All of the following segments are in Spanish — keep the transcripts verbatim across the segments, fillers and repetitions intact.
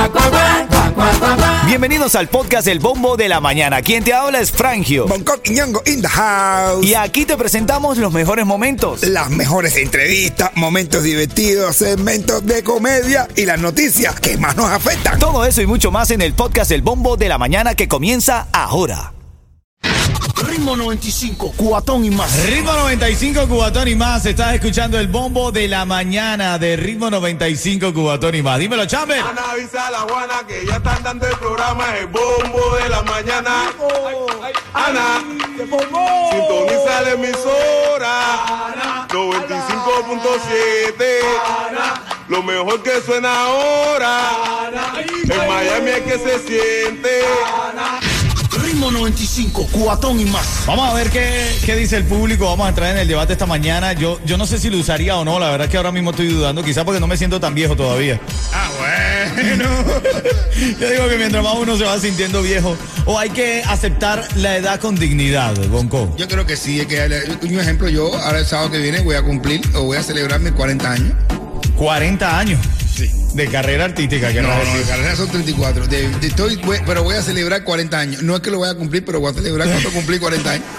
Bienvenidos al podcast El Bombo de la Mañana. Quien te habla es Frangio. Bangkok y Ñongo in the house. Y aquí te presentamos los mejores momentos. Las mejores entrevistas, momentos divertidos, segmentos de comedia y las noticias que más nos afectan. Todo eso y mucho más en el podcast El Bombo de la Mañana que comienza ahora. Ritmo noventa y cinco, Cubatón y más. Ritmo noventa y cinco, Cubatón y más. Estás escuchando El Bombo de la Mañana de Ritmo noventa y cinco, Cubatón y más. Dímelo, Chamber. Ana, avisa a la Juana que ya están dando el programa El Bombo de la Mañana. Ana, sintoniza la emisora noventa y cinco punto siete. Lo mejor que suena ahora. En Miami es que se siente. Ritmo noventa y cinco, Cubatón y más. Vamos a ver qué, qué dice el público. Vamos a entrar en el debate esta mañana. Yo, yo no sé si lo usaría o no. La verdad es que ahora mismo estoy dudando. Quizás porque no me siento tan viejo todavía. Ah, bueno. Yo digo que mientras más uno se va sintiendo viejo, o hay que aceptar la edad con dignidad, Bonco. Yo creo que sí. Es que, un ejemplo, yo ahora el sábado que viene voy a cumplir o voy a celebrar mis cuarenta años. cuarenta años. Sí. De carrera artística, que no, no, no, de carrera son treinta y cuatro. De, de estoy, voy, pero voy a celebrar cuarenta años. No es que lo voy a cumplir, pero voy a celebrar cuando cumplí cuarenta años.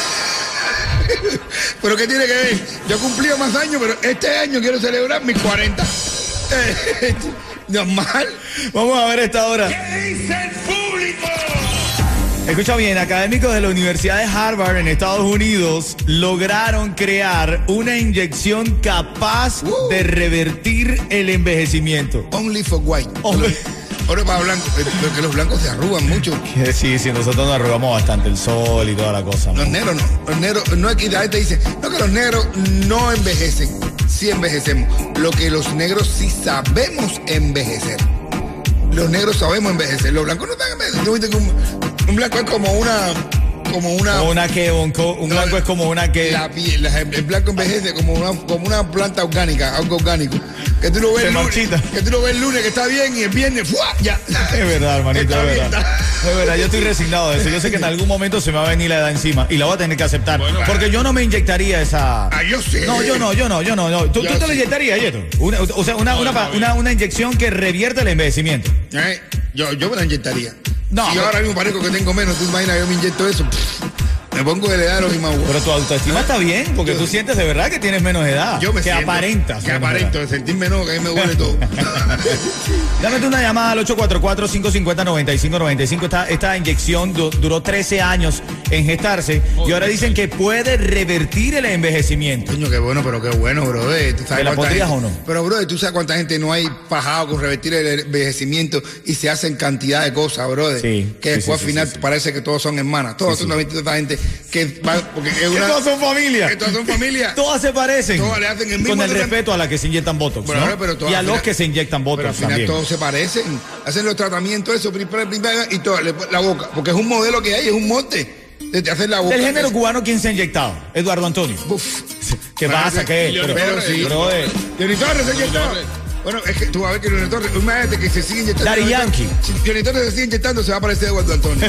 ¿Pero qué tiene que ver? Yo cumplí más años, pero este año quiero celebrar mis cuarenta. Normal. Vamos a ver esta hora. ¿Qué dice el público? Escucha bien, académicos de la Universidad de Harvard en Estados Unidos lograron crear una inyección capaz uh. de revertir el envejecimiento. Only for white. Only. Ahora para blancos, porque los blancos se arrugan mucho. Sí, sí, nosotros nos arrugamos bastante, el sol y toda la cosa. Los negros no, los negros, no es que la gente dice, no que los negros no envejecen, sí envejecemos. Lo que los negros sí sabemos envejecer. Los negros sabemos envejecer, los blancos no están envejeciendo. Un blanco es como una... Como una... Como una que, un, un blanco no, es como una que... La piel, la, el blanco envejece como una, como una planta orgánica, algo orgánico. Que tú lo ves el lunes, que tú lo ves el lunes, que está bien, y el viernes, ¡fua! Ya. Es verdad, hermanito, es verdad. Es verdad, yo estoy resignado de eso. Yo sé que en algún momento se me va a venir la edad encima y la voy a tener que aceptar. Bueno, porque yo no me inyectaría esa... Ah, yo sé. No, yo no, yo no, yo no. no. ¿Tú, ¿tú te lo inyectarías, Yeto? Una, o sea, una, una, una, una, una inyección que revierte el envejecimiento. Eh, yo, yo me la inyectaría. No, si yo ahora mismo parezco que tengo menos, tú imaginas, yo me inyecto eso. Me pongo de la edad de los imaguas. Pero tu autoestima ¿Eh? está bien, porque yo, tú sientes de verdad que tienes menos edad. Yo me que siento, aparentas. Que aparento, de sentir menos, que a mí me huele todo. Dame una llamada al ocho cuatro cuatro, cinco cinco cero, nueve cinco nueve cinco. Esta, esta inyección du duró trece años en gestarse oh, y ahora dicen que puede revertir el envejecimiento. Coño, qué bueno, pero qué bueno, bro. ¿Tú sabes ¿Te la pondrías gente, o no? Pero, bro, tú sabes cuánta gente no hay pajado con revertir el envejecimiento y se hacen cantidad de cosas, bro. Sí, que sí, después sí, al final sí, sí. parece que todos son hermanas. Todos sí, son sí. esta gente que va, porque es una, que todas son familias. Que todas son familias. Todas se parecen. Todas le hacen el mismo con el tratamiento. respeto a las que se inyectan botox, bueno, ¿no? pero todas, y a al los final, que se inyectan botox pero al final también. todos se parecen. Hacen los tratamientos, eso, y todo, la boca. Porque es un modelo que hay, es un monte. De hacer la boca. Del género cubano, ¿quién se ha inyectado? Eduardo Antonio. Uf. ¿Qué pasa? ¿Qué? Pero, pero sí. Johnny Torres se inyectó. Bueno, es que tú vas a ver que Johnny Torres, imagínate que se sigue inyectando. Daddy Yankee. Si Johnny Torres se sigue inyectando, se va a parecer a Eduardo Antonio.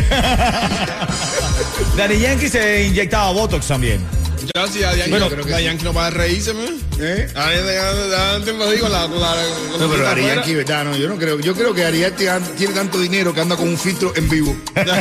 Daddy Yankee se inyectaba botox también. Ya, sí, Daddy Yankee, bueno, creo que Daddy Yankee no va a reírse, ¿me? ¿Eh? Antes me digo la... la, la no, pero Daddy Yankee, ¿verdad? No, yo no creo. Yo creo que Daddy Yankee tiene tanto dinero que anda con un filtro en vivo.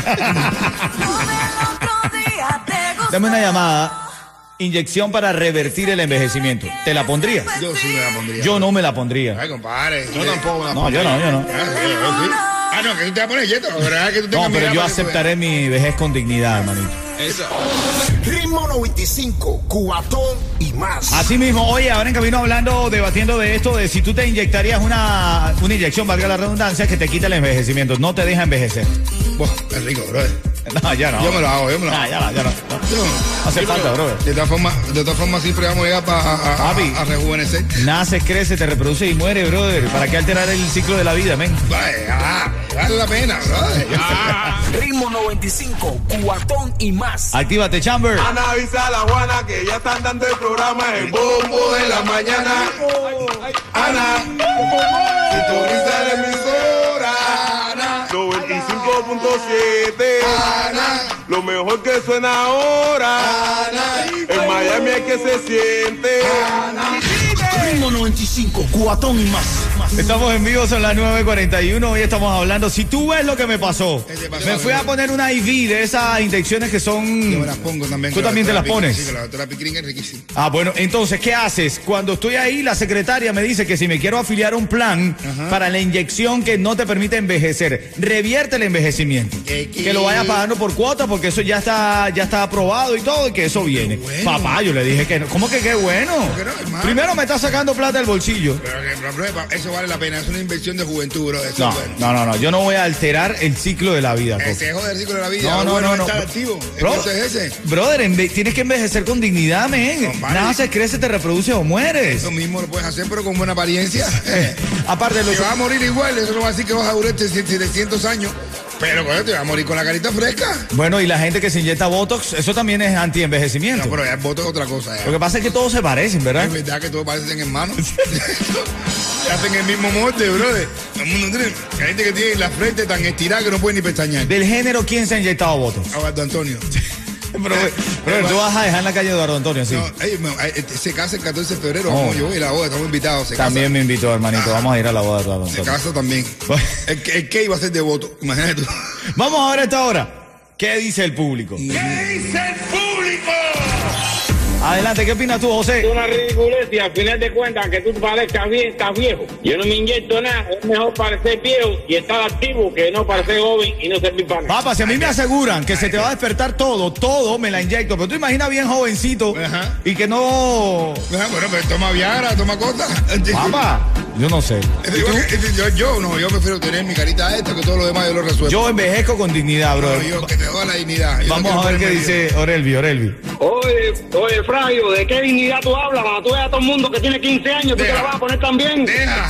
Dame una llamada. Inyección para revertir el envejecimiento. ¿Te la pondrías? Yo sí me la pondría. Yo no me la pondría. Ay, compadre. Yo tampoco me la No, pondría. yo no, yo no. Ah, sí, yo sí. Ah, no, que tú te vas a poner yeto. ¿Verdad? Que tú No, pero yo aceptaré mi vejez con dignidad, hermanito. Eso. Ritmo noventa y cinco, Cubatón y más. Así mismo, oye, ahora en camino hablando, debatiendo de esto, de si tú te inyectarías una, una inyección, valga la redundancia, que te quita el envejecimiento, no te deja envejecer. Buah, es rico, brother. No, ya no. Yo me lo hago, yo me lo hago. Nah, ya no, ya no. Yo no. Hace Sí, falta, brother. De todas formas, de todas formas siempre vamos a llegar para a, a, Papi. a, a rejuvenecer. Naces, crece, te reproduce y muere, brother. ¿Para qué alterar el ciclo de la vida, men? Vale, ah, vale la pena, brother. Ah. Ritmo noventa y cinco, Cubatón y más. Actívate, Chamber. Ana, avisa a la Juana que ya están dando el programa El Bombo de la Mañana. Ana, sintoniza la emisora noventa y cinco punto siete. Lo mejor que suena ahora. En Miami es que se siente. Ritmo noventa y cinco, cuatón y más. Estamos en vivo, son las nueve cuarenta y uno. Hoy estamos hablando. Si tú ves lo que me pasó, ¿Qué te pasó? me fui a poner una I V de esas inyecciones que son. Yo me las pongo también. ¿Tú también te las pones? Sí, con la doctora Pickering es riquísima. Ah, bueno, entonces, ¿qué haces? Cuando estoy ahí, la secretaria me dice que si me quiero afiliar a un plan Ajá. para la inyección que no te permite envejecer, revierte el envejecimiento. ¿Qué, qué? Que lo vayas pagando por cuota porque eso ya está, ya está aprobado y todo y que eso viene. bueno. Papá, yo le dije que no. ¿Cómo que qué bueno? qué no, hermano? Primero me está sacando plata del bolsillo. Pero, pero, pero, eso vale la pena, es una inversión de juventud, bro. Eso No, es bueno. no, no, no, yo no voy a alterar el ciclo de la vida. Coco. Ese es joder el ciclo de la vida. No, Lo no, bueno no, es no. estar activo. Bro, Entonces ese. brother, enve- tienes que envejecer con dignidad, men. Compadre. Naces, creces, te reproduces o mueres. Eso mismo lo puedes hacer, pero con buena apariencia. Aparte de Te los... vas a morir igual, eso no va a decir que vas a durar setecientos años. Pero coño, te vas a morir con la carita fresca. Bueno, y la gente que se inyecta Botox, eso también es anti-envejecimiento. No, pero ya el voto es otra cosa. Ya. Lo que pasa es que todos se parecen, ¿verdad? Es verdad que todos parecen hermanos. Se hacen el mismo molde, brother. El mundo tiene hay gente que tiene la frente tan estirada que no puede ni pestañear. Del género, ¿quién se ha inyectado Botox? Eduardo Antonio. Pero, pero tú vas a dejar en la calle Eduardo Antonio, sí. No, ey, me- ay, este, se casa el catorce de febrero. Oh. Vamos, yo voy a la boda, estamos invitados. Se También casa, me invitó, hermanito. Vamos a ir a la boda de Eduardo se Antonio. casa también. El, que- el que iba a ser devoto, imagínate tú. Vamos a ver a esta hora. ¿Qué dice el público? ¿Qué dice el público? Adelante, ¿qué opinas tú, José? Es una ridiculez y al final de cuentas que tú parezcas bien, estás viejo. Yo no me inyecto nada, es mejor parecer viejo y estar activo que no parecer joven y no servir para nada. Papá, si a mí me aseguran que se te va a despertar todo, todo me la inyecto. Pero tú imaginas bien jovencito Ajá. y que no... Ah, bueno, pero toma Viagra, toma cosas. Papá, yo no sé. Es igual que- es- yo, yo no, yo prefiero tener mi carita esta que todo lo demás yo lo resuelvo. Yo envejezco con dignidad, bro. No, yo que te doy la dignidad. Yo no Vamos quiero a ver qué ponerme dice Orelvi, Orelvi. Oye, oye, Frayo, ¿de qué dignidad tú hablas? Para tú veas a todo el mundo que tiene quince años, tú te Deja. la vas a poner también. Deja.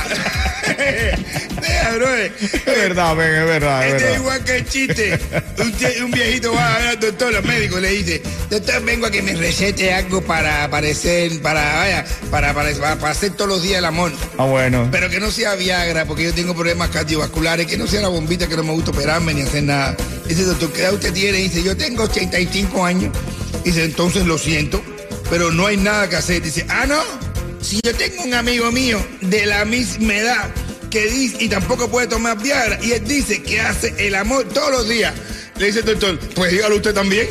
Deja, bro. Es verdad, ven, es verdad, es Este es verdad. igual que el chiste. Un, che- un viejito va a ver al doctor, los médicos le dice, doctor, vengo a que me recete algo para aparecer, para, vaya, para, para, para, para hacer todos los días el amor. Ah, bueno. Pero que no sea Viagra, porque yo tengo problemas cardiovasculares, que no sea la bombita, que no me gusta operarme ni hacer nada. Dice, doctor, ¿qué edad usted tiene? Dice, yo tengo ochenta y cinco años. Dice, entonces lo siento, pero no hay nada que hacer. Dice, ah, no, si yo tengo un amigo mío de la misma edad que dice, y tampoco puede tomar Viagra, y él dice que hace el amor todos los días. Le dice el doctor, pues dígalo usted también.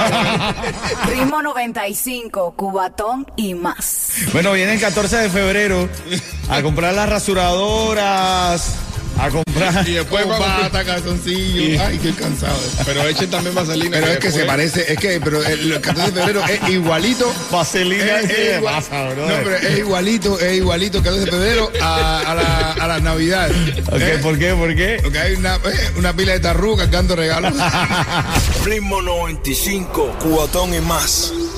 Ritmo noventa y cinco, cubatón y más. Bueno, viene el catorce de febrero a comprar las rasuradoras, a comprar... Y después Con cuando- pata, calzoncillo. Ay, qué cansado. Pero echen también vaselina. Pero es que se después- parece, es que, pero el catorce de febrero es igualito. Vaselina, Es- es ¿qué le igual- pasa, bro? no, pero es igualito, es igualito el catorce de febrero a, a, la, a las navidades. Ok, ¿Eh? ¿por qué? ¿Por qué? Porque hay una, eh, una pila de tarru cargando regalos. Ritmo noventa y cinco, cuatón y más.